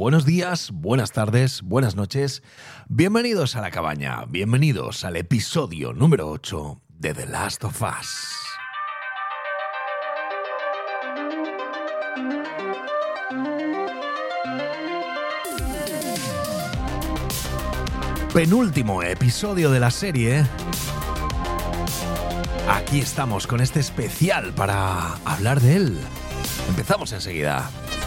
buenos días, buenas tardes, buenas noches. Bienvenidos a La Cabaña, bienvenidos al episodio número 8 de The Last of Us. Penúltimo episodio de la serie. Aquí estamos con este especial para hablar de él. Empezamos enseguida.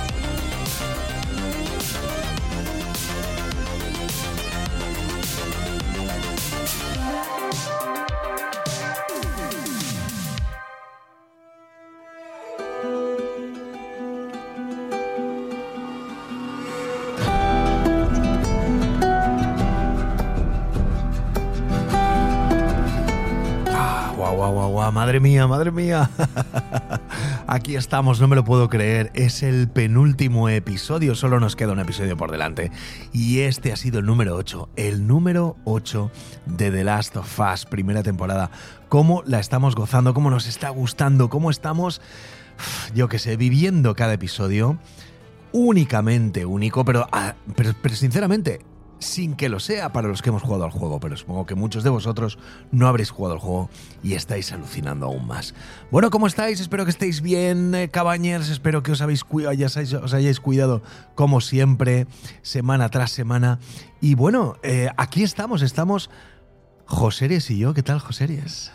Madre mía, madre mía. Aquí estamos, no me lo puedo creer. Es el penúltimo episodio, solo nos queda un episodio por delante. Y este ha sido el número 8, el número 8 de The Last of Us, primera temporada. ¿Cómo la estamos gozando? ¿Cómo nos está gustando? ¿Cómo estamos, yo qué sé, viviendo cada episodio? Únicamente único, pero sinceramente, sin que lo sea para los que hemos jugado al juego, pero supongo que muchos de vosotros no habréis jugado al juego y estáis alucinando aún más. Bueno, ¿cómo estáis? Espero que estéis bien, cabañers. Espero que os hayáis cuidado como siempre, semana tras semana. Y bueno, aquí estamos Joseries y yo. ¿Qué tal, Joseries?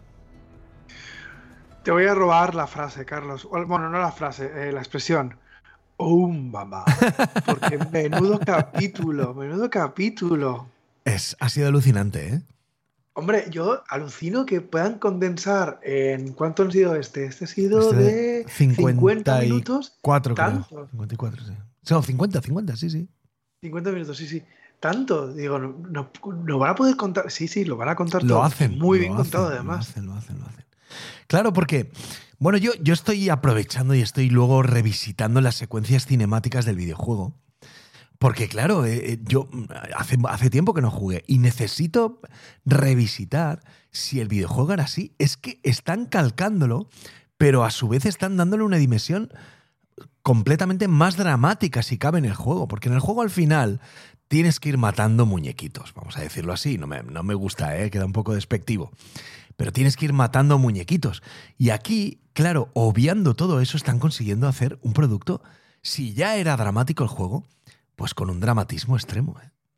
Te voy a robar la frase, Carlos. Bueno, no la frase, la expresión. Mamá. Porque menudo capítulo. Ha sido alucinante, ¿eh? Hombre, yo alucino que puedan condensar en... ¿Cuánto han sido este? Este ha sido de 50 minutos. 54, ¿Tanto? creo. 54, sí. No, 50, sí. 50 minutos, sí. Tanto. Digo, no van a poder contar. Sí, lo van a contar lo todo. Hacen. Muy bien contado, además. Lo hacen. Claro, porque, bueno, yo estoy aprovechando y estoy luego revisitando las secuencias cinemáticas del videojuego. Porque, claro, yo hace tiempo que no jugué y necesito revisitar si el videojuego era así. Es que están calcándolo, pero a su vez están dándole una dimensión completamente más dramática, si cabe, en el juego. Porque en el juego, al final, tienes que ir matando muñequitos, vamos a decirlo así. No me gusta, queda un poco despectivo. Pero tienes que ir matando muñequitos. Y aquí, claro, obviando todo eso, están consiguiendo hacer un producto, si ya era dramático el juego, pues con un dramatismo extremo.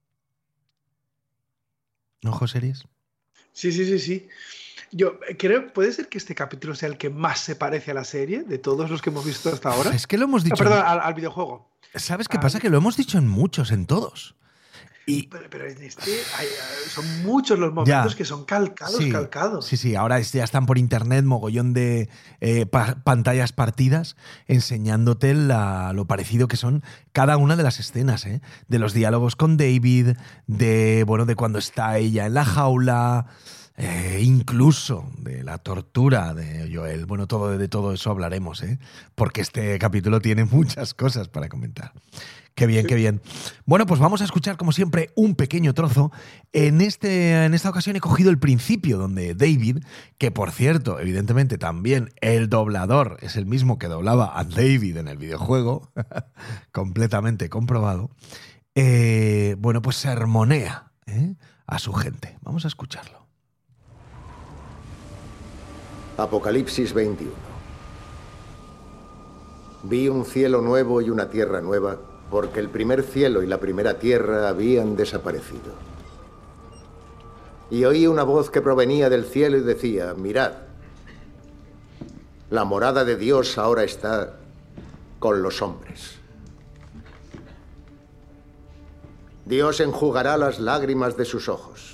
¿No, Joseries? Sí. Yo creo, ¿puede ser que este capítulo sea el que más se parece a la serie de todos los que hemos visto hasta ahora? Es que lo hemos dicho... Perdón, al videojuego. ¿Sabes qué pasa? Que lo hemos dicho en muchos, en todos. Pero en este son muchos los momentos que son calcados. Sí, ahora ya están por internet mogollón de pantallas partidas enseñándote lo parecido que son cada una de las escenas, de los diálogos con David, de cuando está ella en la jaula, incluso de la tortura de Joel. Bueno, de todo eso hablaremos, porque este capítulo tiene muchas cosas para comentar. Qué bien. Bueno, pues vamos a escuchar, como siempre, un pequeño trozo. En esta ocasión he cogido el principio, donde David, que por cierto, evidentemente también el doblador es el mismo que doblaba a David en el videojuego, completamente comprobado, pues sermonea a su gente. Vamos a escucharlo. Apocalipsis 21. Vi un cielo nuevo y una tierra nueva, porque el primer cielo y la primera tierra habían desaparecido. Y oí una voz que provenía del cielo y decía: mirad, la morada de Dios ahora está con los hombres. Dios enjugará las lágrimas de sus ojos.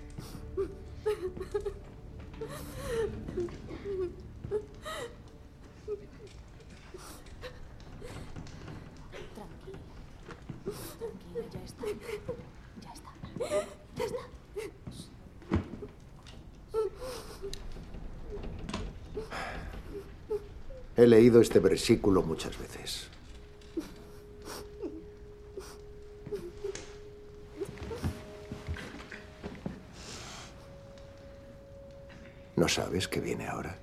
Ya está. He leído este versículo muchas veces. ¿No sabes qué viene ahora?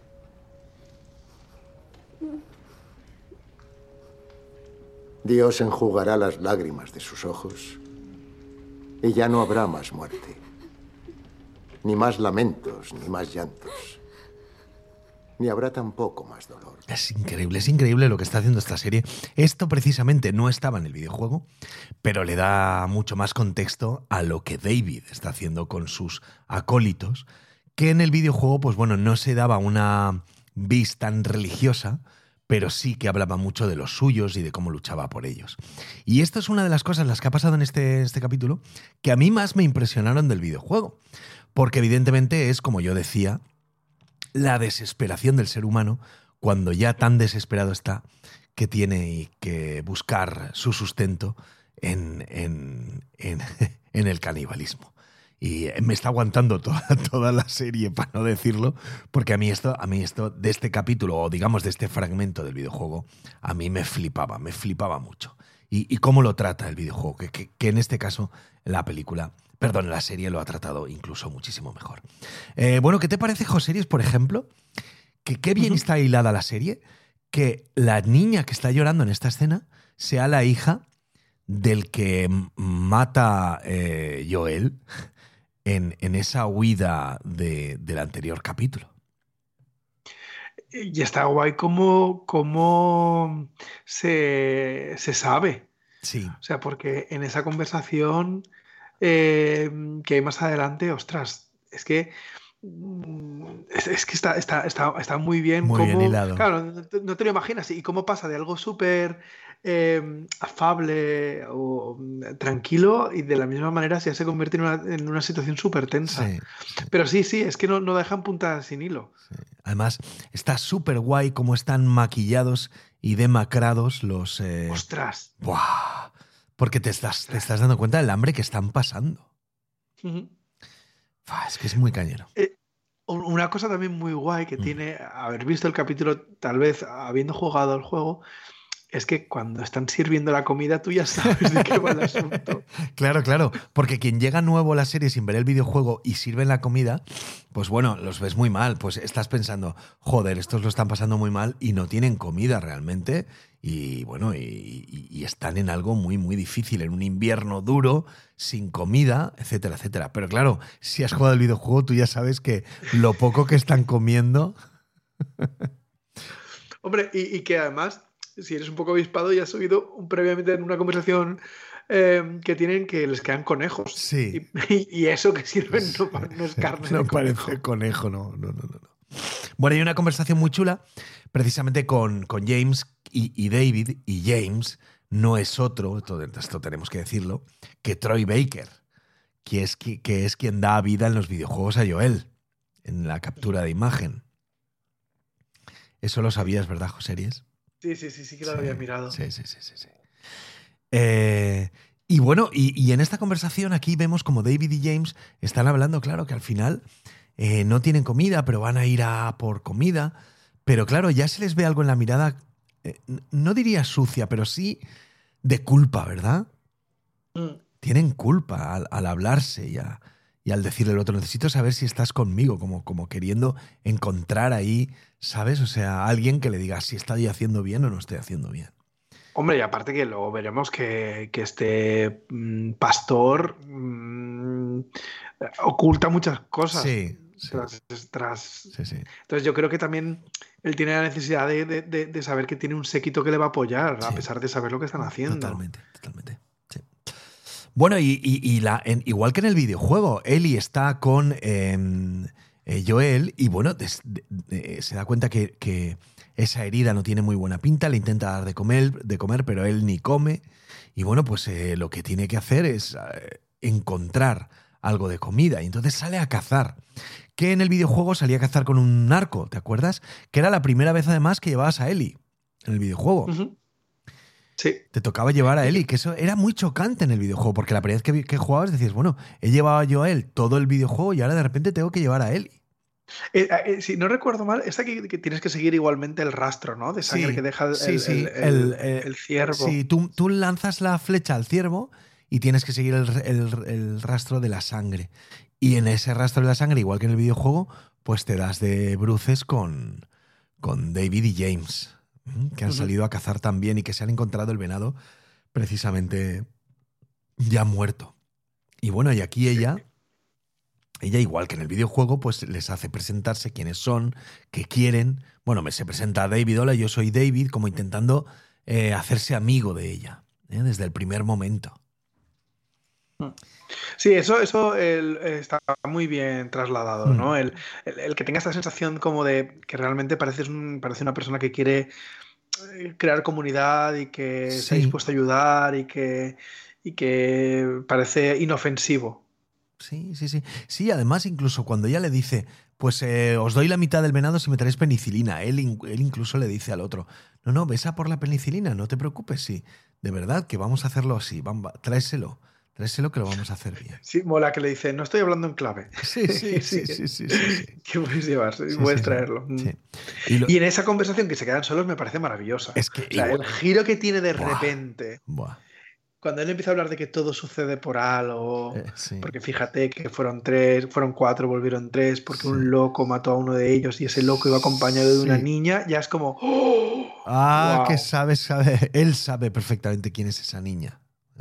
Dios enjugará las lágrimas de sus ojos y ya no habrá más muerte, ni más lamentos, ni más llantos, ni habrá tampoco más dolor. Es increíble lo que está haciendo esta serie. Esto precisamente no estaba en el videojuego, pero le da mucho más contexto a lo que David está haciendo con sus acólitos, que en el videojuego, pues bueno, no se daba una vis tan religiosa, pero sí que hablaba mucho de los suyos y de cómo luchaba por ellos. Y esto es una de las cosas, las que ha pasado en este capítulo, que a mí más me impresionaron del videojuego, porque evidentemente es, como yo decía, la desesperación del ser humano cuando ya tan desesperado está que tiene que buscar su sustento en el canibalismo. Y me está aguantando toda la serie, para no decirlo, porque a mí esto de este capítulo, o digamos de este fragmento del videojuego, a mí me flipaba mucho. Y cómo lo trata el videojuego, que en este caso la serie lo ha tratado incluso muchísimo mejor. Bueno, ¿qué te parece, Joseries, por ejemplo? Que qué bien está hilada la serie, que la niña que está llorando en esta escena sea la hija del que mata Joel en esa huida del anterior capítulo. Y está guay cómo se sabe. Sí. O sea, porque en esa conversación que hay más adelante, ostras, es que está muy bien. Muy bien hilado. Claro, no te lo imaginas. Y cómo pasa de algo súper afable o tranquilo, y de la misma manera ya se convierte en una situación súper tensa. Sí. Pero sí, es que no dejan puntadas sin hilo. Sí. Además, está súper guay cómo están maquillados y demacrados los... ¡Ostras! ¡Buah! Porque te estás dando cuenta del hambre que están pasando. Uh-huh. Es que es muy cañero. Una cosa también muy guay que tiene haber visto el capítulo, tal vez habiendo jugado al juego, es que cuando están sirviendo la comida tú ya sabes de qué va el asunto. Claro, porque quien llega nuevo a la serie sin ver el videojuego y sirven la comida, pues bueno, los ves muy mal. Pues estás pensando, joder, estos lo están pasando muy mal y no tienen comida realmente. Y bueno, y están en algo muy, muy difícil, en un invierno duro, sin comida, etcétera, etcétera. Pero claro, si has jugado el videojuego, tú ya sabes que lo poco que están comiendo... Hombre, y que además, si eres un poco avispado, ya has oído previamente en una conversación que tienen, que les quedan conejos. Sí. Y eso que sirven no es carne. No parece conejo, no. Bueno, hay una conversación muy chula, precisamente con James y David, y James no es otro, esto tenemos que decirlo, que Troy Baker, que es quien da vida en los videojuegos a Joel, en la captura de imagen. Eso lo sabías, ¿verdad, Joseries? Sí que lo había mirado. Sí. Y bueno, y en esta conversación aquí vemos como David y James están hablando, claro, que al final no tienen comida, pero van a ir a por comida. Pero claro, ya se les ve algo en la mirada, no diría sucia, pero sí de culpa, ¿verdad? Tienen culpa al hablarse y al decirle al otro, necesito saber si estás conmigo, como queriendo encontrar ahí, ¿sabes? O sea, alguien que le diga si estoy haciendo bien o no estoy haciendo bien. Hombre, y aparte que luego veremos que este pastor oculta muchas cosas. Sí. Tras. Sí. Entonces yo creo que también él tiene la necesidad de saber que tiene un séquito que le va a apoyar, a pesar de saber lo que están haciendo. Totalmente. Sí. Bueno, igual que en el videojuego, Ellie está con Joel y bueno, se da cuenta que esa herida no tiene muy buena pinta, le intenta dar de comer, pero él ni come. Y bueno, pues lo que tiene que hacer es encontrar algo de comida. Y entonces sale a cazar. Que en el videojuego salía a cazar con un arco, ¿te acuerdas? Que era la primera vez además que llevabas a Ellie en el videojuego. Uh-huh. Sí. Te tocaba llevar a Ellie, que eso era muy chocante en el videojuego, porque la primera vez que jugabas decías, bueno, he llevado yo a él todo el videojuego y ahora de repente tengo que llevar a Ellie. Si no recuerdo mal, es aquí que tienes que seguir igualmente el rastro, ¿no? De sangre que deja el ciervo. Sí, tú lanzas la flecha al ciervo y tienes que seguir el rastro de la sangre. Y en ese rastro de la sangre, igual que en el videojuego, pues te das de bruces con David y James. que han salido a cazar también y que se han encontrado el venado precisamente ya muerto. Y bueno, y aquí ella, igual que en el videojuego, pues les hace presentarse quiénes son, qué quieren. Bueno, se presenta a David, hola, yo soy David, como intentando hacerse amigo de ella, desde el primer momento. Sí, eso está muy bien trasladado, ¿no? El que tenga esta sensación como de que realmente parece una persona que quiere crear comunidad y que se ha dispuesto a ayudar y que parece inofensivo. Sí. Sí, además, incluso cuando ella le dice, pues os doy la mitad del venado si me traéis penicilina, él incluso le dice al otro, no, ves a por la penicilina, no te preocupes, sí, de verdad que vamos a hacerlo así, tráeselo que lo vamos a hacer bien. Sí, mola que le dice, no estoy hablando en clave. Sí. Que puedes llevar, puedes traerlo. Sí. Y en esa conversación que se quedan solos me parece maravillosa. Es que el giro que tiene de repente. Buah. Cuando él empieza a hablar de que todo sucede por algo, sí. porque fíjate que fueron 4, volvieron 3, porque un loco mató a uno de ellos y ese loco iba acompañado de una niña, ya es como... ¡Oh! ¡Wow! Que él sabe perfectamente quién es esa niña.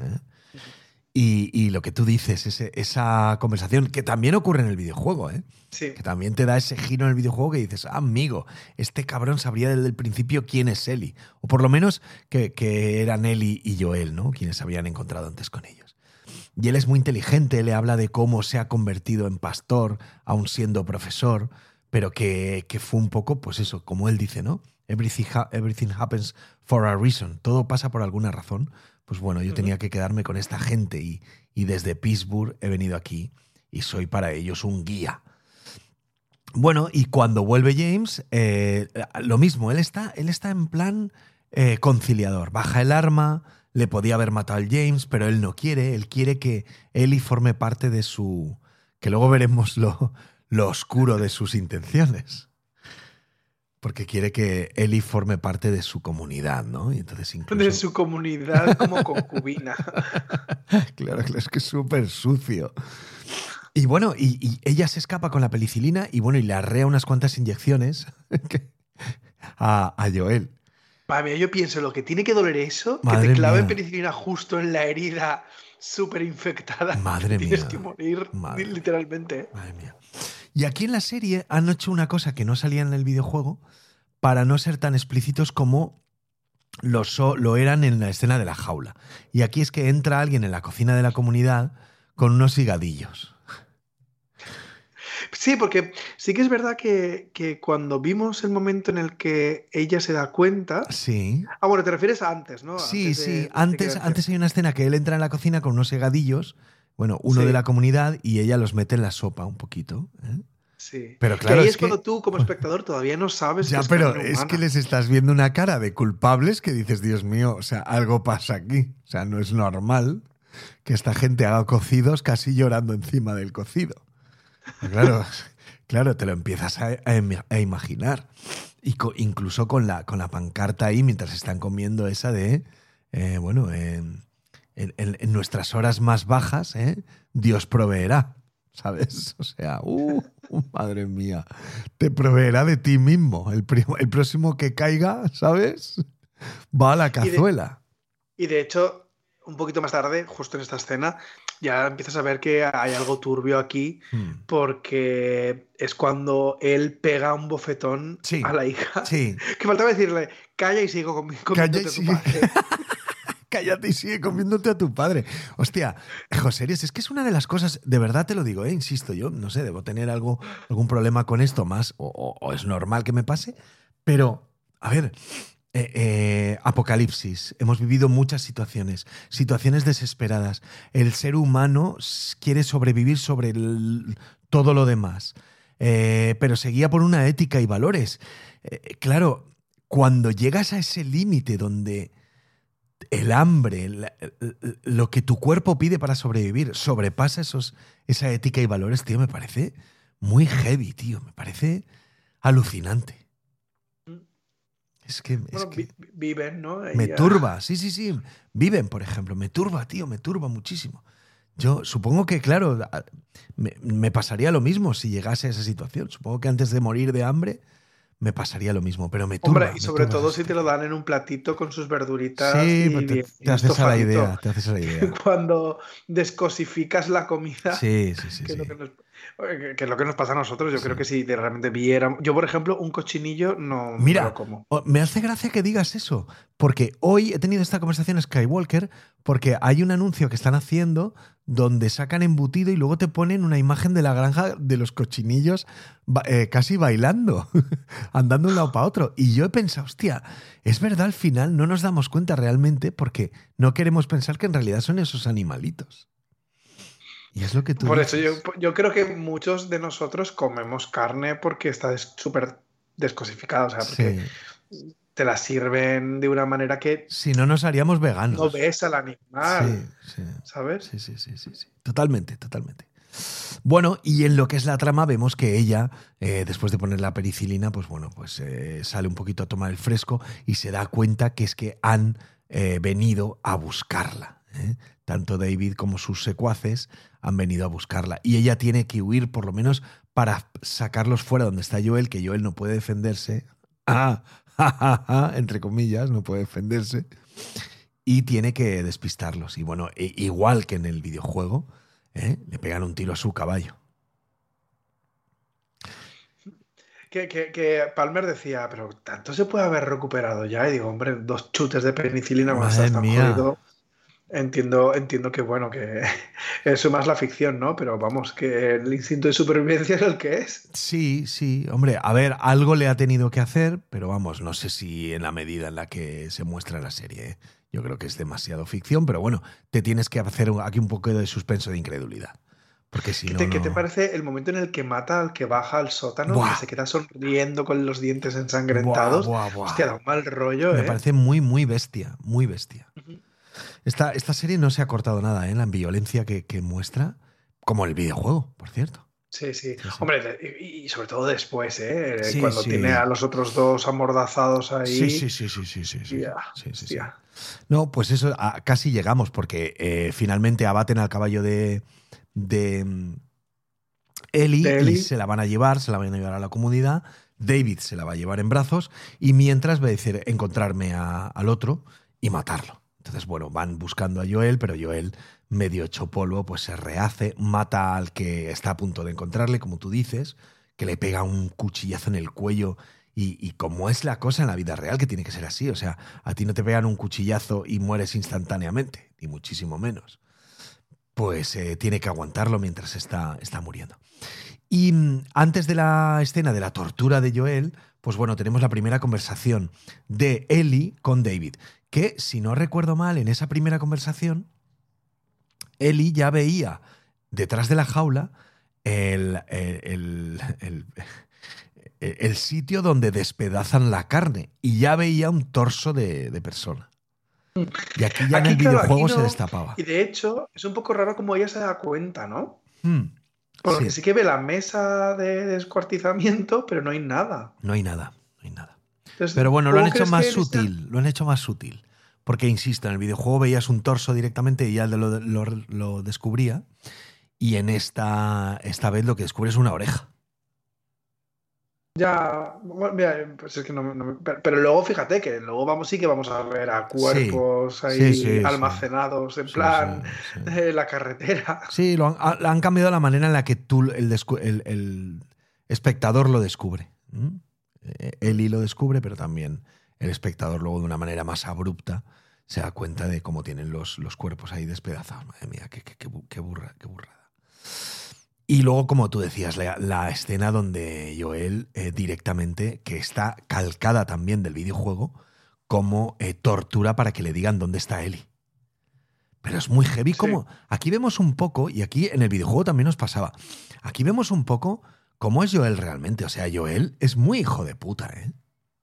Y lo que tú dices, esa conversación, que también ocurre en el videojuego, Sí. Que también te da ese giro en el videojuego que dices, amigo, este cabrón sabría desde el principio quién es Ellie. O por lo menos que eran Ellie y Joel, ¿no? Quienes se habían encontrado antes con ellos. Y él es muy inteligente, le habla de cómo se ha convertido en pastor, aún siendo profesor, pero que fue un poco, pues eso, como él dice, ¿no? Everything happens for a reason. Todo pasa por alguna razón. Pues bueno, yo tenía que quedarme con esta gente y desde Pittsburgh he venido aquí y soy para ellos un guía. Bueno, y cuando vuelve James, lo mismo, él está en plan conciliador. Baja el arma, le podía haber matado al James, pero él no quiere. Él quiere que Ellie forme parte de su... que luego veremos lo oscuro de sus intenciones. Porque quiere que Ellie forme parte de su comunidad, ¿no? Y entonces incluso... De su comunidad como concubina. Claro, es que es súper sucio. Y bueno, y ella se escapa con la penicilina y bueno, y le arrea unas cuantas inyecciones a Joel. Madre mía, yo pienso, lo que tiene que doler eso, Madre que te claven mía. penicilina justo en la herida súper infectada. Madre Tienes mía. que morir, literalmente. Madre mía. Y aquí en la serie han hecho una cosa que no salía en el videojuego para no ser tan explícitos como lo eran en la escena de la jaula. Y aquí es que entra alguien en la cocina de la comunidad con unos higadillos. Sí, porque sí que es verdad que cuando vimos el momento en el que ella se da cuenta... Sí. Ah, bueno, te refieres a antes, ¿no? Antes hay una escena que él entra en la cocina con unos higadillos, bueno, uno de la comunidad, y ella los mete en la sopa un poquito. Sí. Pero claro, que ahí es cuando tú, como espectador, todavía no sabes ya, que es pero carne es humana. que les estás viendo una cara de culpables que dices, Dios mío, o sea, algo pasa aquí. O sea, no es normal que esta gente haga cocidos casi llorando encima del cocido. Claro, te lo empiezas a imaginar. Y incluso con la pancarta ahí, mientras están comiendo esa de, en nuestras horas más bajas, Dios proveerá, ¿sabes? O sea, madre mía, te proveerá de ti mismo. El próximo que caiga, ¿sabes? Va a la cazuela. Y de hecho, un poquito más tarde, justo en esta escena, ya empiezas a ver que hay algo turbio aquí, porque es cuando él pega un bofetón a la hija. Sí. Que faltaba decirle, calla y sigo comiéndote a tu padre. Cállate y sigue comiéndote a tu padre. Hostia, José, es que es una de las cosas, de verdad te lo digo, insisto, yo no sé, debo tener algún problema con esto más, o es normal que me pase, pero, a ver... apocalipsis, hemos vivido muchas situaciones desesperadas. El ser humano quiere sobrevivir sobre todo lo demás, pero seguía por una ética y valores. Claro, cuando llegas a ese límite donde el hambre, lo que tu cuerpo pide para sobrevivir, sobrepasa esa ética y valores, tío, me parece muy heavy, tío, me parece alucinante. Viven, ¿no? Me turba, sí. Viven, por ejemplo. Me turba, tío, me turba muchísimo. Yo supongo que, claro, me pasaría lo mismo si llegase a esa situación. Supongo que antes de morir de hambre me pasaría lo mismo, pero me turba. Hombre, y sobre todo si te lo dan en un platito con sus verduritas Sí, y pero bien te haces a la estofadito. idea, te haces a la idea. Cuando descosificas la comida, Sí. que es lo que es lo que nos pasa a nosotros. Yo creo que si realmente viéramos... Yo, por ejemplo, un cochinillo no me lo Mira, como. me hace gracia que digas eso, porque hoy he tenido esta conversación en Skywalker, porque hay un anuncio que están haciendo donde sacan embutido y luego te ponen una imagen de la granja de los cochinillos casi bailando, andando de un lado para otro. Y yo he pensado, hostia, es verdad, al final no nos damos cuenta realmente porque no queremos pensar que en realidad son esos animalitos. Y es lo que tú Por dices. eso yo creo que muchos de nosotros comemos carne porque está súper descosificada, o sea, porque Sí. te la sirven de una manera que Si no, nos haríamos veganos. no ves al Sí, animal, ¿sabes? sí. Totalmente. Bueno, y en lo que es la trama vemos que ella, después de poner la pericilina, pues bueno, pues sale un poquito a tomar el fresco y se da cuenta que es que han venido a buscarla. Tanto David como sus secuaces han venido a buscarla. Y ella tiene que huir, por lo menos, para sacarlos fuera donde está Joel, que Joel no puede defenderse. Entre comillas, no puede defenderse. Y tiene que despistarlos. Y bueno, igual que en el videojuego, le pegan un tiro a su caballo. Que Palmer decía, pero tanto se puede haber recuperado ya. Y digo, hombre, 2 chutes de penicilina cuando Madre estás tan mía. jodido. Entiendo que, bueno, que eso más la ficción, ¿no? Pero vamos, que el instinto de supervivencia es el que es. Sí. Hombre, a ver, algo le ha tenido que hacer, pero vamos, no sé si en la medida en la que se muestra en la serie. Yo creo que es demasiado ficción, pero bueno, te tienes que hacer aquí un poco de suspenso de incredulidad. Porque si no, ¿Qué te no... parece el momento en el que mata al que baja al sótano, que ¡Buah! se queda sonriendo con los dientes ¡Buah! ensangrentados? Hostia, da un mal rollo, Me ¿eh? parece muy bestia, muy bestia. Ujú. Esta serie no se ha cortado nada, ¿eh? La violencia que muestra, como el videojuego, por cierto. Sí. Sí. Hombre, y sobre todo después, ¿eh? Sí. Cuando tiene a los otros dos amordazados ahí. Sí. Hostia. No, pues eso, casi llegamos, porque finalmente abaten al caballo de Ellie De y Ellie. se la van a llevar a la comunidad. David se la va a llevar en brazos y mientras va a decir encontrarme al otro y matarlo. Entonces, bueno, van buscando a Joel, pero Joel, medio hecho polvo, pues se rehace, mata al que está a punto de encontrarle, como tú dices, que le pega un cuchillazo en el cuello. Y como es la cosa en la vida real, que tiene que ser así. O sea, a ti no te pegan un cuchillazo y mueres instantáneamente, ni muchísimo menos. Pues tiene que aguantarlo mientras está muriendo. Y antes de la escena de la tortura de Joel, pues bueno, tenemos la primera conversación de Ellie con David, que si no recuerdo mal, en esa primera conversación, Ellie ya veía detrás de la jaula el sitio donde despedazan la carne y ya veía un torso de persona. Y aquí ya en el Claro, aquí videojuego se no. destapaba. Y de hecho, es un poco raro como ella se da cuenta, ¿no? Porque Sí, sí que ve la mesa de descuartizamiento, pero no hay nada. no hay nada. Entonces, Pero bueno, lo han ¿cómo hecho crees más que Ellie sea? sutil, Porque, insisto, en el videojuego veías un torso directamente y ya lo descubría. Y en esta vez lo que descubre es una oreja. Ya, bueno, mira, pues es que pero luego fíjate que luego sí que vamos a ver a Sí, cuerpos sí, ahí sí, sí. almacenados en Sí, plan sí. la carretera. Sí, han cambiado la manera en la que tú, el espectador, lo descubre. Eli lo descubre, pero también el espectador luego de una manera más abrupta se da cuenta de cómo tienen los cuerpos ahí despedazados. Madre mía, qué burrada. Y luego, como tú decías, la escena donde Joel directamente, que está calcada también del videojuego, como tortura para que le digan dónde está Ellie. Pero es muy heavy. Sí. Como aquí vemos un poco, y aquí en el videojuego también nos pasaba, aquí vemos un poco cómo es Joel realmente. O sea, Joel es muy hijo de puta, ¿eh?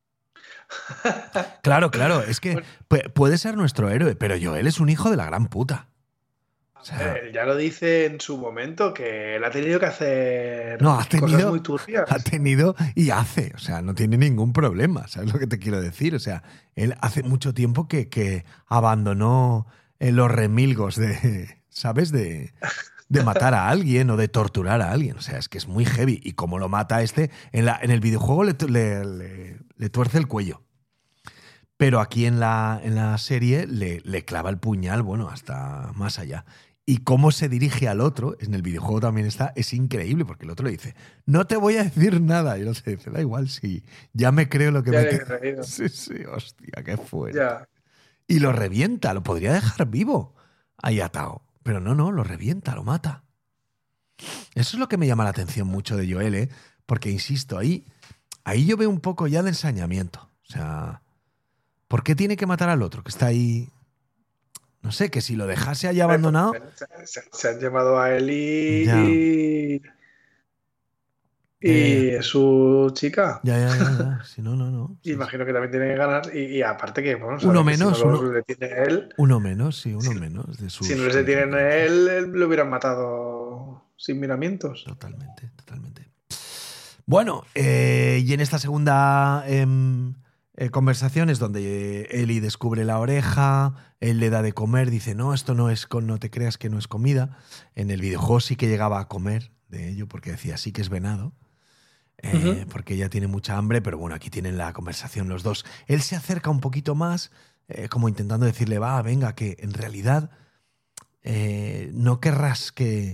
Claro, es que puede ser nuestro héroe, pero Joel es un hijo de la gran puta. O sea, Él ya lo dice en su momento, que él ha tenido que hacer no, cosas muy turbias. ha tenido y hace. O sea, no tiene ningún problema. ¿Sabes lo que te quiero decir? O sea, él hace mucho tiempo que abandonó los remilgos ¿sabes? De de matar a alguien o de torturar a alguien. O sea, es que es muy heavy. Y como lo mata en el videojuego le tuerce el cuello. Pero aquí en la serie le clava el puñal, bueno, hasta más allá. Y cómo se dirige al otro, en el videojuego también está, es increíble, porque el otro le dice, no te voy a decir nada. Y el otro dice, da igual, sí, ya me creo lo que Ya me... le he reído. Sí, hostia, qué fuerte. Ya. Y lo revienta, lo podría dejar vivo ahí atado. Pero no, lo revienta, lo mata. Eso es lo que me llama la atención mucho de Joel, ¿eh? Porque, insisto, ahí yo veo un poco ya de ensañamiento. O sea, ¿por qué tiene que matar al otro que está ahí? No sé, que si lo dejase ahí abandonado... Se han llevado a él Ya. y su chica. Ya. Si no. Sí. Imagino que también tiene ganas. Y aparte que, bueno, Uno sabe que menos, si no lo detiene él, uno menos, sí, uno si, menos de sus si no les detienen a contrincantes. él lo hubieran matado sin miramientos. Totalmente. Bueno, y en esta segunda conversación es donde Ellie descubre la oreja, él le da de comer, dice, no, esto no te creas que no es comida. En el videojuego sí que llegaba a comer de ello, porque decía, sí que es venado. Porque ella tiene mucha hambre, pero bueno, aquí tienen la conversación los dos. Él se acerca un poquito más, como intentando decirle, venga, que en realidad no querrás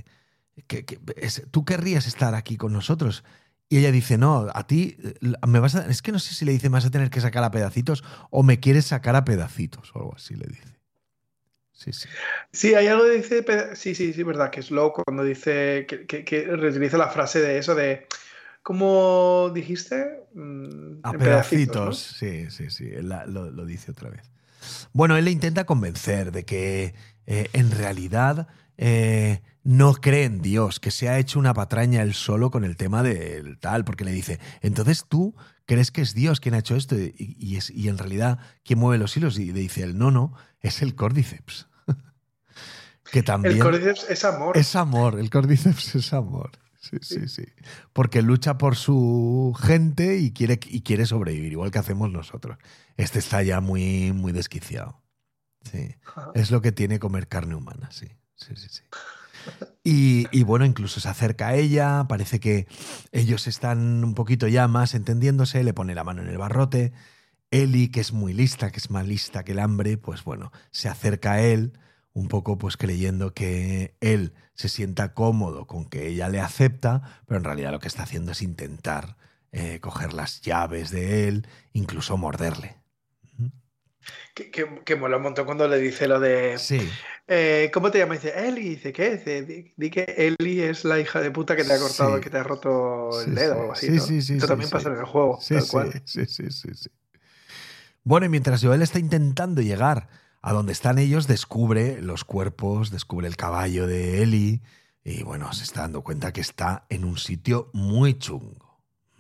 tú querrías estar aquí con nosotros. Y ella dice, no, a ti me vas a... Es que no sé si le dice, me vas a tener que sacar a pedacitos o me quieres sacar a pedacitos o algo así le dice. Sí. Sí, hay algo que dice... Sí, verdad, que es luego cuando dice que reutiliza la frase de eso de... ¿Cómo dijiste? A En pedacitos, ¿no? sí, él lo dice otra vez. Bueno, él le intenta convencer de que en realidad no cree en Dios, que se ha hecho una patraña él solo con el tema del tal, porque le dice, entonces tú crees que es Dios quien ha hecho esto y en realidad quien mueve los hilos, y le dice él, no, es el Córdiceps. Que también... El Córdiceps es amor. Es amor, el Córdiceps es amor. Sí. Porque lucha por su gente y quiere sobrevivir, igual que hacemos nosotros. Este está ya muy, muy desquiciado. Sí. Es lo que tiene comer carne humana, sí. Y bueno, incluso se acerca a ella, parece que ellos están un poquito ya más entendiéndose, le pone la mano en el barrote. Ellie, que es muy lista, que es más lista que el hambre, pues bueno, se acerca a él, un poco pues creyendo que él se sienta cómodo con que ella le acepta, pero en realidad lo que está haciendo es intentar coger las llaves de él, incluso morderle. Que mola un montón cuando le dice lo de... Sí. ¿Cómo te llamas? Dice, Eli. Dice, ¿qué? Dice, di que Eli es la hija de puta que te ha cortado, que te ha roto el dedo o algo así, ¿no? Esto también pasa en el juego, tal cual. Sí. Bueno, y mientras Joel está intentando llegar a donde están ellos, descubre los cuerpos, descubre el caballo de Ellie y bueno, se está dando cuenta que está en un sitio muy chungo.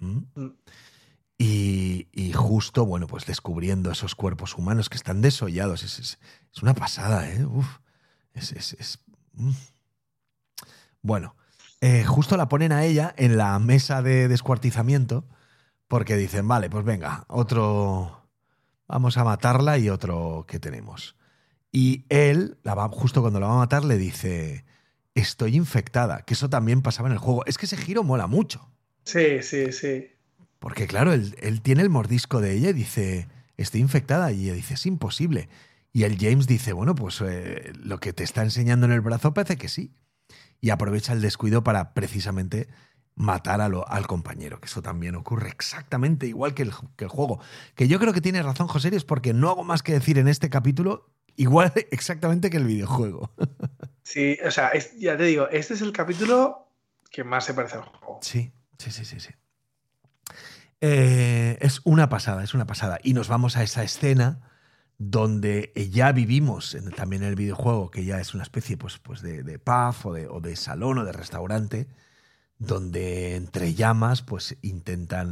Y justo, bueno, pues descubriendo esos cuerpos humanos que están desollados. Es una pasada, ¿eh? Uf. Bueno, justo la ponen a ella en la mesa de descuartizamiento porque dicen, vale, pues venga, otro... Vamos a matarla y otro que tenemos. Y él, justo cuando la va a matar, le dice, estoy infectada, que eso también pasaba en el juego. Es que ese giro mola mucho. Sí. Porque claro, él tiene el mordisco de ella y dice, estoy infectada. Y ella dice, es imposible. Y el James dice, bueno, pues lo que te está enseñando en el brazo parece que sí. Y aprovecha el descuido para precisamente matar al compañero, que eso también ocurre exactamente igual que el juego. Que yo creo que tiene razón José, es porque no hago más que decir en este capítulo igual exactamente que el videojuego. Sí, o sea, ya te digo, este es el capítulo que más se parece al juego. Sí. Es una pasada. Y nos vamos a esa escena donde ya vivimos también en el videojuego, que ya es una especie pues de pub o de salón o de restaurante, donde entre llamas pues intenta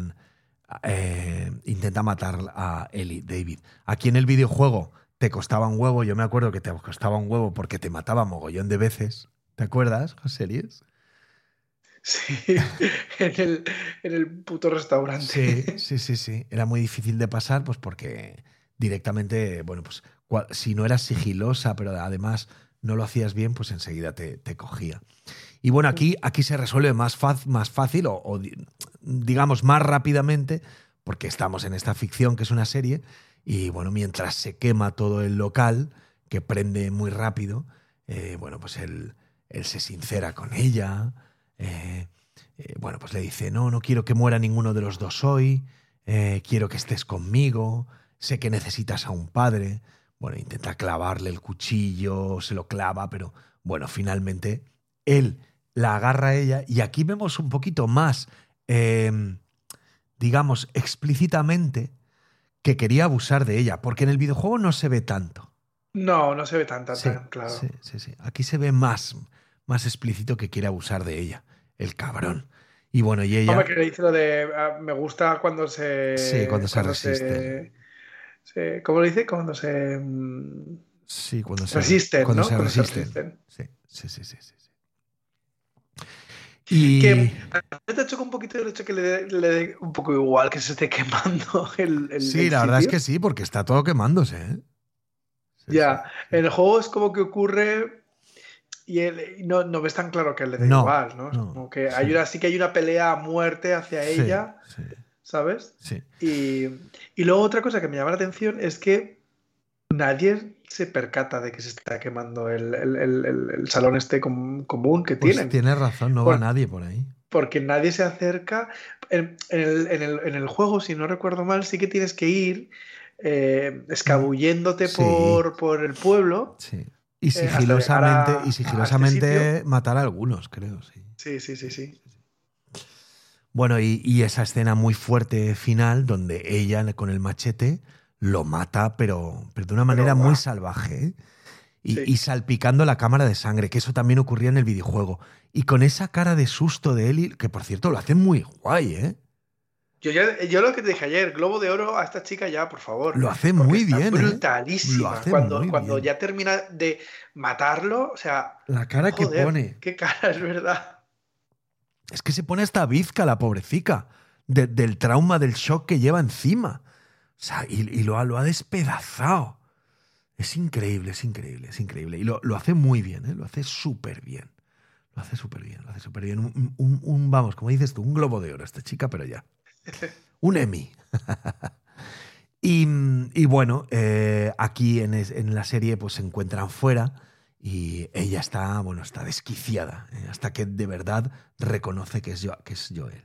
matar a Ellie, David. Aquí en el videojuego te costaba un huevo, yo me acuerdo que te costaba un huevo porque te mataba mogollón de veces. ¿Te acuerdas, José Luis? Sí, en el puto restaurante. Sí. Era muy difícil de pasar, pues porque directamente, bueno, pues si no eras sigilosa, pero además no lo hacías bien, pues enseguida te cogía. Y bueno, aquí se resuelve más fácil o digamos más rápidamente, porque estamos en esta ficción que es una serie, y bueno, mientras se quema todo el local, que prende muy rápido, bueno, pues él se sincera con ella, bueno, pues le dice, no quiero que muera ninguno de los dos hoy, quiero que estés conmigo, sé que necesitas a un padre. Bueno, intenta clavarle el cuchillo, se lo clava, pero bueno, finalmente él la agarra a ella y aquí vemos un poquito más, digamos, explícitamente que quería abusar de ella, porque en el videojuego no se ve tanto. No se ve tan Sí, claro. sí. Aquí se ve más explícito que quiere abusar de ella, el cabrón. Y bueno, y ella... Hombre, que le dice lo de me gusta cuando se... Sí, cuando se resisten. ¿Cómo lo dice? Cuando se... Sí, cuando se resisten, ¿no? se Cuando se resisten. resisten. Sí. Y... Que a mí te choca un poquito el hecho que le dé un poco igual que se esté quemando sí, el la verdad es sitio. que sí, porque está todo quemándose, ¿eh? Sí. En el juego es como que ocurre y no ves tan claro que le da igual, ¿no? Es como que sí que hay una pelea a muerte hacia ella, ¿sabes? Sí. Y luego otra cosa que me llama la atención es que nadie se percata de que se está quemando el salón común que Pues tienen. tienes razón, no va nadie por ahí. Porque nadie se acerca. En el juego, si no recuerdo mal, sí que tienes que ir escabulléndote por el pueblo. Sí. Y Hasta llegar a este sitio. matar a algunos, creo, sí. Sí. Bueno, y esa escena muy fuerte final, donde ella con el machete lo mata, pero de una manera muy salvaje, ¿eh? Y salpicando la cámara de sangre, que eso también ocurría en el videojuego. Y con esa cara de susto de Ellie, que por cierto lo hace muy guay, ¿eh? Yo lo que te dije ayer, Globo de Oro a esta chica ya, por favor. Lo hace muy bien, brutalísima. Lo hace cuando bien. ya termina de matarlo, o sea... La cara que pone. Qué cara, es verdad. Es que se pone hasta bizca la pobrecica del trauma, del shock que lleva encima. O sea, y lo ha despedazado. Es increíble. Y lo hace muy bien, ¿eh? Lo hace súper bien. Vamos, como dices tú, un Globo de Oro esta chica, pero ya. Un Emmy. y bueno, aquí en la serie pues se encuentran fuera y ella está desquiciada, hasta que de verdad reconoce que es Joel.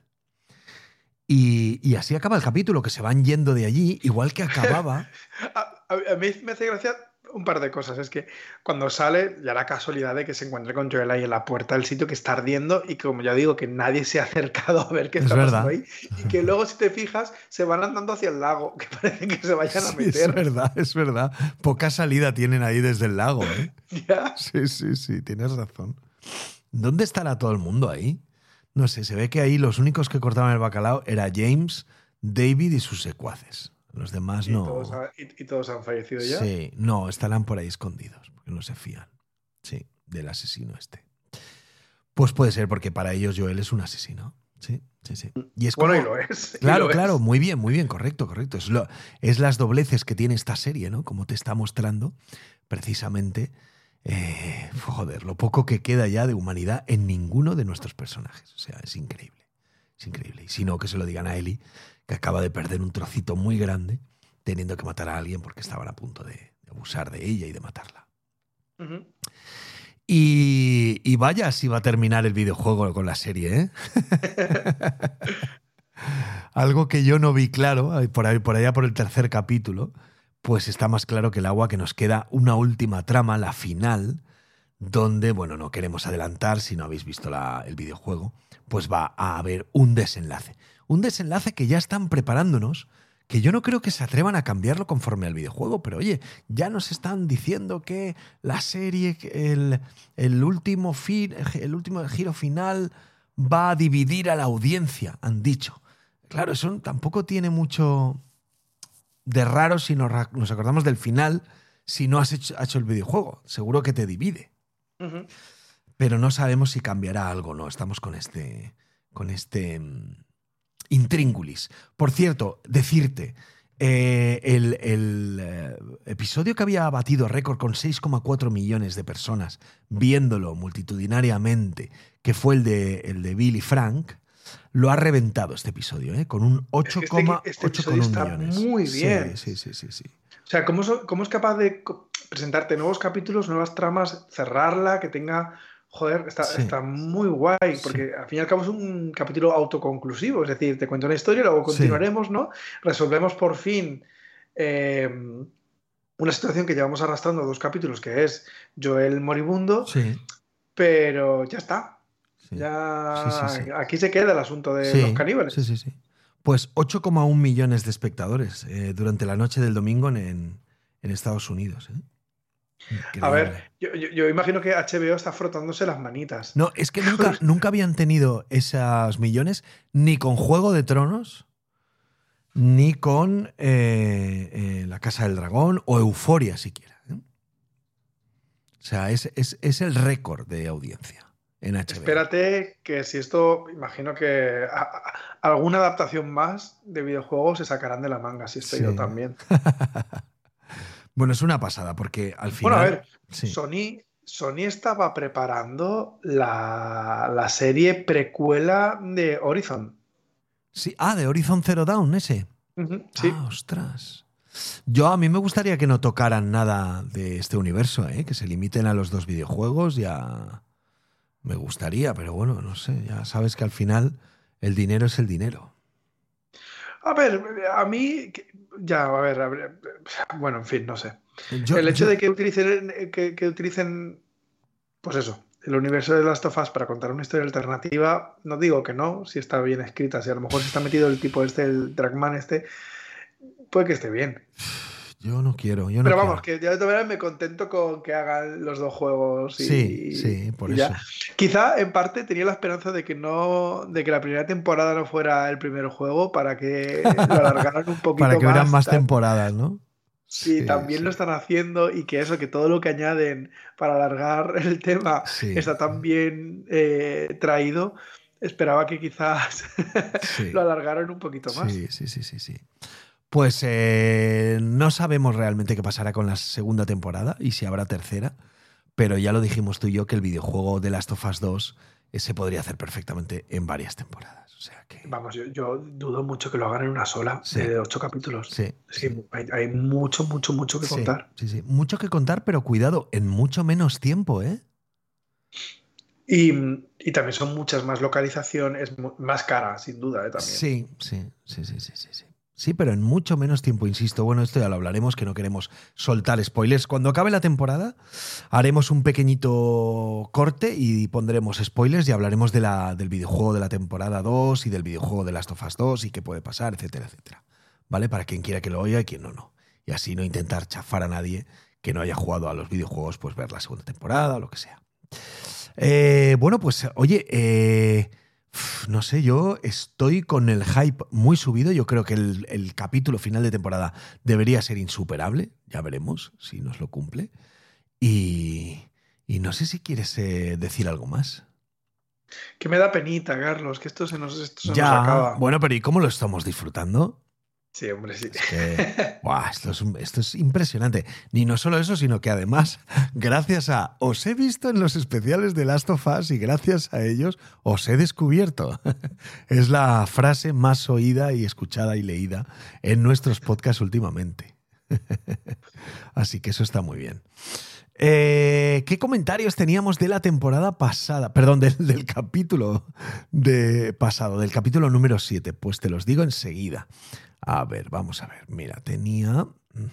Y así acaba el capítulo, que se van yendo de allí, igual que acababa. A mí me hace gracia un par de cosas. Es que cuando sale, ya la casualidad de que se encuentre con Joel ahí en la puerta del sitio que está ardiendo y como ya digo, que nadie se ha acercado a ver qué está pasando ahí. Y que luego, si te fijas, se van andando hacia el lago, que parece que se vayan a meter. Es verdad. Poca salida tienen ahí desde el lago, ¿eh? ¿Ya? Sí, tienes razón. ¿Dónde estará todo el mundo ahí? No sé, se ve que ahí los únicos que cortaban el bacalao era James, David y sus secuaces. Los demás no. ¿Y todos han fallecido ya? Sí, no, estarán por ahí escondidos, porque no se fían. Sí, del asesino este. Pues puede ser, porque para ellos Joel es un asesino. Sí. Y es como... Bueno, y lo es. Claro, muy bien, correcto. Es las dobleces que tiene esta serie, ¿no? Como te está mostrando, precisamente, lo poco que queda ya de humanidad en ninguno de nuestros personajes. O sea, es increíble. Y si no, que se lo digan a Ellie, que acaba de perder un trocito muy grande teniendo que matar a alguien porque estaban a punto de abusar de ella y de matarla. Uh-huh. Y vaya si va a terminar el videojuego con la serie, ¿eh? Algo que yo no vi claro, por allá por el tercer capítulo, pues está más claro que el agua, que nos queda una última trama, la final, donde, bueno, no queremos adelantar, si no habéis visto el videojuego, pues va a haber un desenlace. Un desenlace que ya están preparándonos, que yo no creo que se atrevan a cambiarlo conforme al videojuego, pero oye, ya nos están diciendo que la serie, el último giro final va a dividir a la audiencia, han dicho. Claro, eso tampoco tiene mucho de raro si nos acordamos del final, si no has hecho el videojuego. Seguro que te divide. Uh-huh. Pero no sabemos si cambiará algo, ¿no? Estamos con este intríngulis. Por cierto, decirte, El episodio que había batido récord con 6,4 millones de personas viéndolo multitudinariamente, que fue el de Bill y Frank, lo ha reventado este episodio, con un 8,1 este episodio está millones. Muy bien. Sí. O sea, ¿cómo es capaz de presentarte nuevos capítulos, nuevas tramas, cerrarla, que tenga... Joder, está muy guay, porque al fin y al cabo es un capítulo autoconclusivo, es decir, te cuento una historia, luego continuaremos, ¿no? Resolvemos por fin una situación que llevamos arrastrando 2 capítulos, que es Joel moribundo, pero ya está. Sí. Ya Sí. aquí se queda el asunto de los caníbales. Sí. Pues 8,1 millones de espectadores durante la noche del domingo en Estados Unidos, ¿eh? Increíble. A ver, yo imagino que HBO está frotándose las manitas. No, es que nunca habían tenido esos millones ni con Juego de Tronos, ni con La Casa del Dragón o Euforia siquiera. O sea, es el récord de audiencia en HBO. Espérate que si esto, imagino que alguna adaptación más de videojuegos se sacarán de la manga, si estoy yo también. Bueno, es una pasada, porque al final... Bueno, a ver, Sony estaba preparando la serie precuela de Horizon. Sí, de Horizon Zero Dawn, ese. Sí. Ostras. A mí me gustaría que no tocaran nada de este universo, que se limiten a los 2 videojuegos, ya me gustaría, pero bueno, no sé, ya sabes que al final el dinero es el dinero. A ver, a mí... bueno, en fin, no sé. El hecho de que utilicen, pues eso, el universo de Last of Us para contar una historia alternativa, no digo que no, si está bien escrita, si a lo mejor si está metido el tipo el Dragman puede que esté bien. Yo no quiero. Pero vamos, que ya de todas maneras me contento con que hagan los 2 juegos. Sí, por eso. Quizá en parte tenía la esperanza de que la primera temporada no fuera el primer juego para que lo alargaran un poquito más. Para que hubieran más temporadas, ¿no? Sí, también lo están haciendo y que todo lo que añaden para alargar el tema está tan bien traído. Esperaba que quizás lo alargaran un poquito más. Sí. Pues no sabemos realmente qué pasará con la segunda temporada y si habrá tercera, pero ya lo dijimos tú y yo que el videojuego de Last of Us 2 se podría hacer perfectamente en varias temporadas. O sea que... Vamos, yo dudo mucho que lo hagan en una sola, de 8 capítulos. Sí. Es que hay mucho que contar. Sí. Mucho que contar, pero cuidado, en mucho menos tiempo, ¿eh? Y también son muchas más localizaciones, más cara, sin duda, también. Sí. Sí, pero en mucho menos tiempo, insisto. Bueno, esto ya lo hablaremos, que no queremos soltar spoilers. Cuando acabe la temporada haremos un pequeñito corte y pondremos spoilers y hablaremos del videojuego de la temporada 2 y del videojuego de Last of Us 2 y qué puede pasar, etcétera, etcétera. ¿Vale? Para quien quiera que lo oiga y quien no. Y así no intentar chafar a nadie que no haya jugado a los videojuegos, pues ver la segunda temporada o lo que sea. Bueno, pues oye... no sé, yo estoy con el hype muy subido. Yo creo que el capítulo final de temporada debería ser insuperable. Ya veremos si nos lo cumple. Y no sé si quieres decir algo más. Que me da penita, Carlos, que esto se nos acaba. Bueno, pero ¿y cómo lo estamos disfrutando? Sí, hombre, sí. Es que, esto es impresionante. Ni no solo eso, sino que además, gracias a os he visto en los especiales de Last of Us y gracias a ellos os he descubierto. Es la frase más oída y escuchada y leída en nuestros podcasts últimamente. Así que eso está muy bien. ¿Qué comentarios teníamos de la temporada pasada? Perdón, del capítulo pasado, del capítulo número 7. Pues te los digo enseguida. A ver, vamos a ver. Mira, tenía...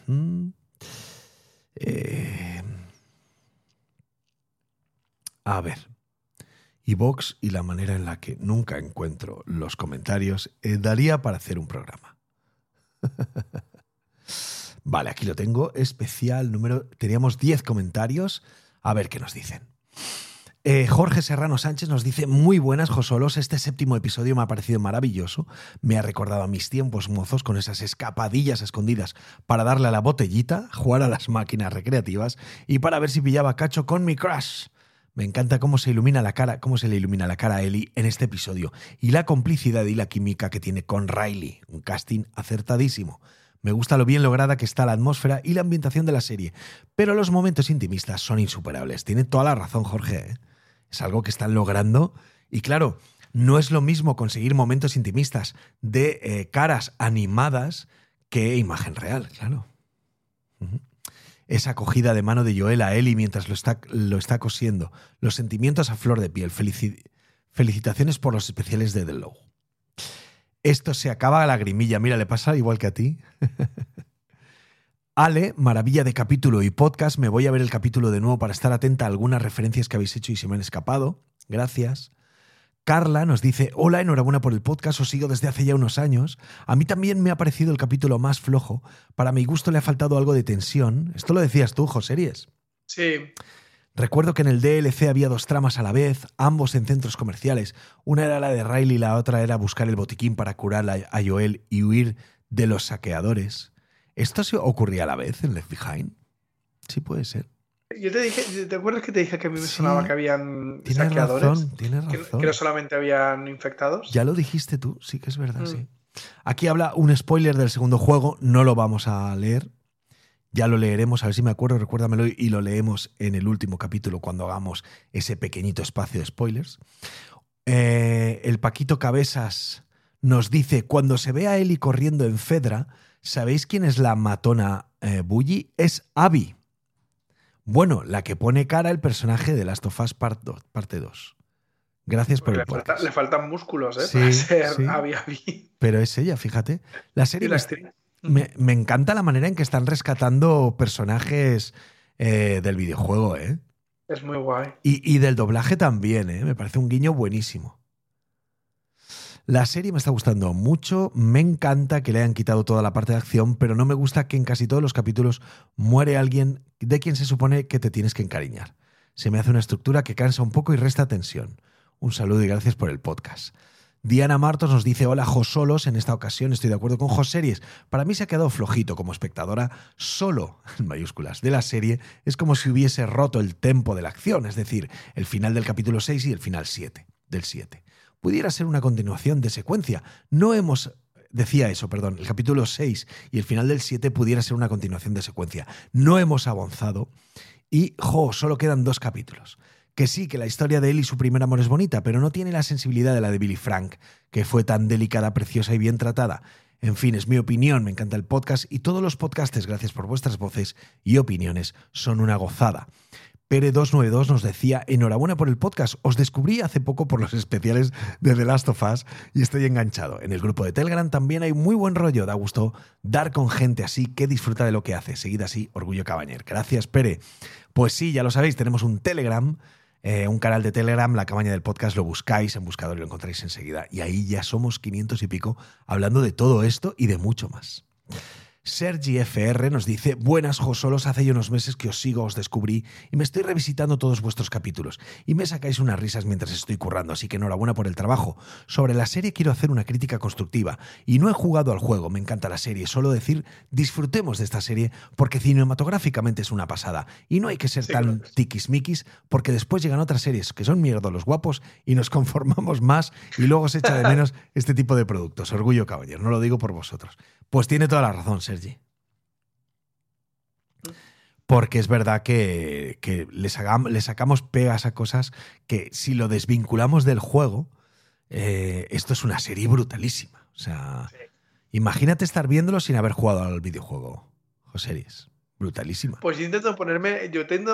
a ver. iVoox y la manera en la que nunca encuentro los comentarios daría para hacer un programa. Vale, aquí lo tengo. Especial número... Teníamos 10 comentarios. A ver qué nos dicen. Jorge Serrano Sánchez nos dice: muy buenas, Josolos, este 7º episodio me ha parecido maravilloso, me ha recordado a mis tiempos mozos con esas escapadillas escondidas para darle a la botellita, jugar a las máquinas recreativas y para ver si pillaba cacho con mi crush. Me encanta cómo se le ilumina la cara a Ellie en este episodio y la complicidad y la química que tiene con Riley, un casting acertadísimo. Me gusta lo bien lograda que está la atmósfera y la ambientación de la serie, pero los momentos intimistas son insuperables. Tiene toda la razón, Jorge, ¿eh? Es algo que están logrando y claro, no es lo mismo conseguir momentos intimistas de caras animadas que imagen real, claro. Esa acogida de mano de Joel a Ellie mientras lo está cosiendo, los sentimientos a flor de piel. Felicitaciones por los especiales de The Low. Esto se acaba a lagrimilla. Mira, le pasa igual que a ti. Ale, maravilla de capítulo y podcast. Me voy a ver el capítulo de nuevo para estar atenta a algunas referencias que habéis hecho y se me han escapado. Gracias. Carla nos dice, hola, enhorabuena por el podcast, os sigo desde hace ya unos años. A mí también me ha parecido el capítulo más flojo. Para mi gusto le ha faltado algo de tensión. Esto lo decías tú, Joseries. Sí. Recuerdo que en el DLC había 2 tramas a la vez, ambos en centros comerciales. Una era la de Riley y la otra era buscar el botiquín para curar a Joel y huir de los saqueadores. ¿Esto se ocurría a la vez en Left Behind? Sí, puede ser. Yo te dije, ¿te acuerdas que te dije que a mí me sonaba que habían tienes saqueadores? Tienes razón. Que no solamente habían infectados. Ya lo dijiste tú, sí que es verdad, sí. Aquí habla un spoiler del segundo juego, no lo vamos a leer. Ya lo leeremos, a ver si me acuerdo, recuérdamelo y lo leemos en el último capítulo cuando hagamos ese pequeñito espacio de spoilers. El Paquito Cabezas nos dice, cuando se ve a Ellie corriendo en Fedra, ¿sabéis quién es la matona Bully? Es Abby. Bueno, la que pone cara el personaje de Last of Us parte 2. Gracias por el podcast. Le faltan músculos, Sí, para ser sí. Abby. Pero es ella, fíjate. La serie me encanta la manera en que están rescatando personajes del videojuego, ¿eh? Es muy guay. Y del doblaje también, ¿eh? Me parece un guiño buenísimo. La serie me está gustando mucho, me encanta que le hayan quitado toda la parte de acción, pero no me gusta que en casi todos los capítulos muere alguien de quien se supone que te tienes que encariñar. Se me hace una estructura que cansa un poco y resta tensión. Un saludo y gracias por el podcast. Diana Martos nos dice, hola Josolos, en esta ocasión estoy de acuerdo con Joseries. Para mí se ha quedado flojito como espectadora, solo, en mayúsculas, de la serie. Es como si hubiese roto el tempo de la acción, es decir, el final del capítulo 6 y el final 7, del 7. Pudiera ser una continuación de secuencia. El capítulo 6 y el final del 7 pudiera ser una continuación de secuencia. No hemos avanzado y, solo quedan 2 capítulos. Que sí, que la historia de él y su primer amor es bonita, pero no tiene la sensibilidad de la de Billy Frank, que fue tan delicada, preciosa y bien tratada. En fin, es mi opinión, me encanta el podcast y todos los podcastes, gracias por vuestras voces y opiniones, son una gozada. Pere292 nos decía, enhorabuena por el podcast, os descubrí hace poco por los especiales de The Last of Us y estoy enganchado. En el grupo de Telegram también hay muy buen rollo, da gusto dar con gente así que disfruta de lo que hace. Seguid así, Orgullo Cabañer. Gracias, Pere. Pues sí, ya lo sabéis, tenemos un Telegram, un canal de Telegram, La Cabaña del Podcast, lo buscáis en buscador y lo encontráis enseguida. Y ahí ya somos 500 y pico hablando de todo esto y de mucho más. Sergi FR nos dice, buenas Josolos, hace ya unos meses que os sigo, os descubrí y me estoy revisitando todos vuestros capítulos y me sacáis unas risas mientras estoy currando, así que enhorabuena por el trabajo. Sobre la serie quiero hacer una crítica constructiva y no he jugado al juego, me encanta la serie, solo decir disfrutemos de esta serie porque cinematográficamente es una pasada y no hay que ser tan tiquismiquis porque después llegan otras series que son mierda los guapos y nos conformamos más y luego se echa de menos este tipo de productos. Orgullo Caballero, no lo digo por vosotros. Pues tiene toda la razón, Sergi. Porque es verdad que le sacamos pegas a cosas que si lo desvinculamos del juego, esto es una serie brutalísima. O sea, sí. Imagínate estar viéndolo sin haber jugado al videojuego. Joseries, brutalísima. Pues yo intento ponerme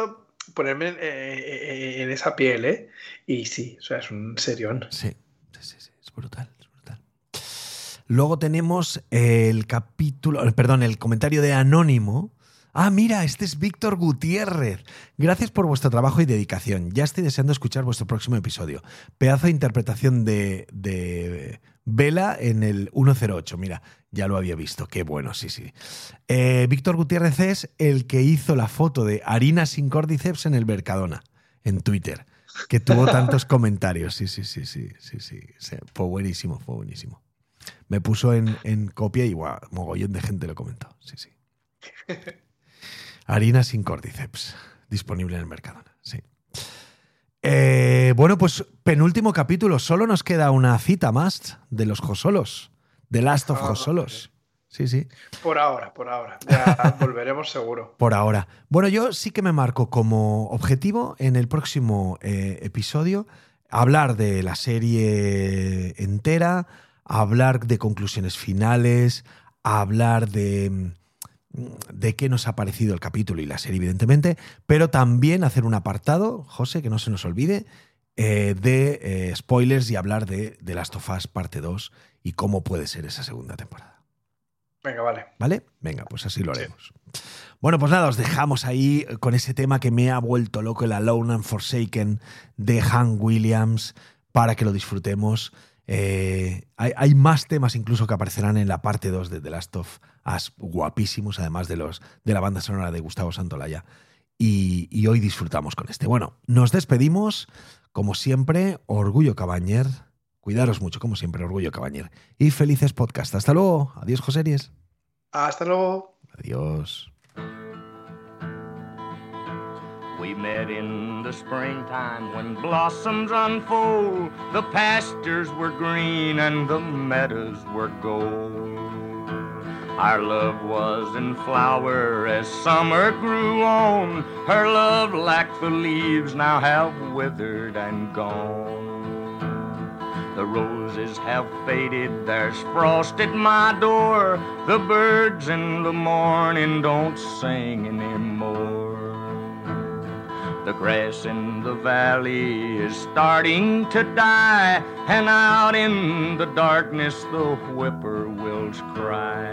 en esa piel, ¿eh? Y sí, o sea, es un serión. Sí, es brutal. Luego tenemos el comentario de Anónimo. Ah, mira, este es Víctor Gutiérrez. Gracias por vuestro trabajo y dedicación. Ya estoy deseando escuchar vuestro próximo episodio. Pedazo de interpretación de Vela en el 108. Mira, ya lo había visto. Qué bueno, sí. Víctor Gutiérrez es el que hizo la foto de harina sin córdiceps en el Mercadona, en Twitter, que tuvo tantos comentarios. Sí. Fue buenísimo. Me puso en copia y mogollón de gente lo comentó. Sí. Harina sin córdiceps, disponible en el Mercadona. Sí. Bueno, pues penúltimo capítulo. Solo nos queda una cita más de los Josolos, de Last of Josolos. Sí, sí. Por ahora. Ya volveremos seguro. Por ahora. Bueno, yo sí que me marco como objetivo en el próximo episodio hablar de la serie entera, hablar de conclusiones finales, hablar de qué nos ha parecido el capítulo y la serie, evidentemente, pero también hacer un apartado, José, que no se nos olvide, de spoilers y hablar de The Last of Us parte 2 y cómo puede ser esa segunda temporada. Venga, vale. ¿Vale? Venga, pues así lo haremos. Sí. Bueno, pues nada, os dejamos ahí con ese tema que me ha vuelto loco, el Alone and Forsaken de Hank Williams, para que lo disfrutemos. Hay más temas incluso que aparecerán en la parte 2 de The Last of Us, guapísimos, además de la banda sonora de Gustavo Santolaya. Y hoy disfrutamos con este. Bueno, nos despedimos, como siempre, Orgullo Cabañer. Cuidaros mucho, como siempre, Orgullo Cabañer. Y felices podcast. Hasta luego. Adiós, Joseries. Hasta luego. Adiós. We met in the springtime when blossoms unfold. The pastures were green and the meadows were gold. Our love was in flower as summer grew on. Her love, like the leaves, now have withered and gone. The roses have faded, there's frost at my door. The birds in the morning don't sing anymore. The grass in the valley is starting to die, and out in the darkness the whippoorwills cry.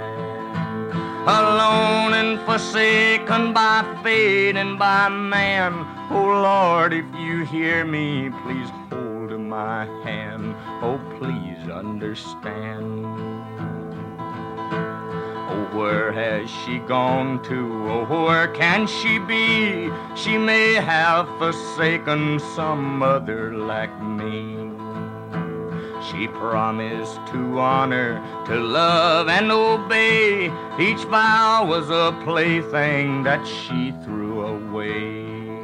Alone and forsaken by fate and by man, oh Lord, if you hear me, please hold my hand, oh please understand. Oh, where has she gone to? Oh, where can she be? She may have forsaken some other like me. She promised to honor, to love and obey. Each vow was a plaything that she threw away.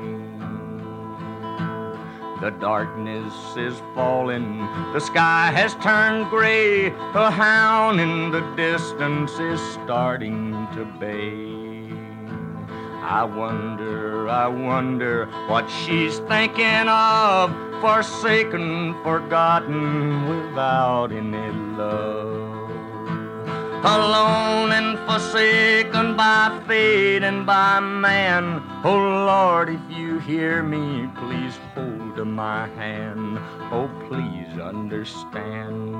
The darkness is falling, the sky has turned gray. A hound in the distance is starting to bay. I wonder what she's thinking of. Forsaken, forgotten, without any love. Alone and forsaken by fate and by man. Oh Lord, if you hear me, please hold my hand. Oh, please understand.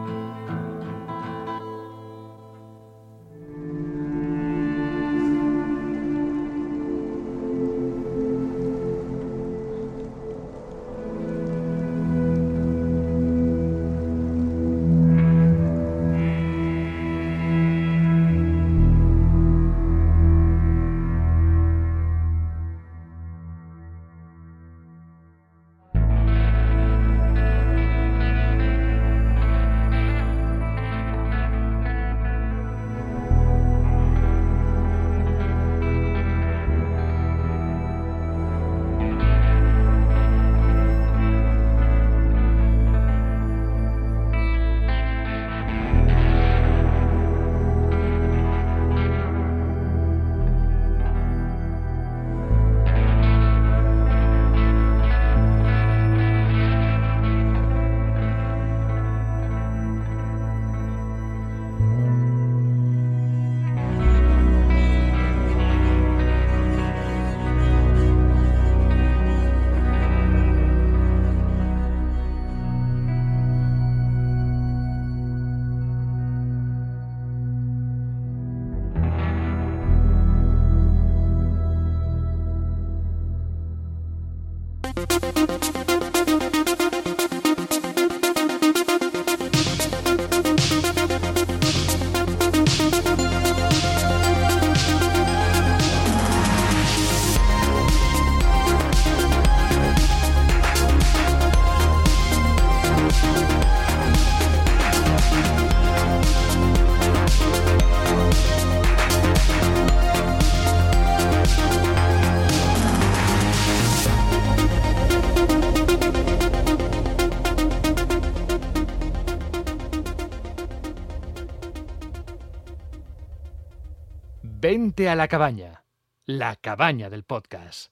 Vente a la cabaña del podcast.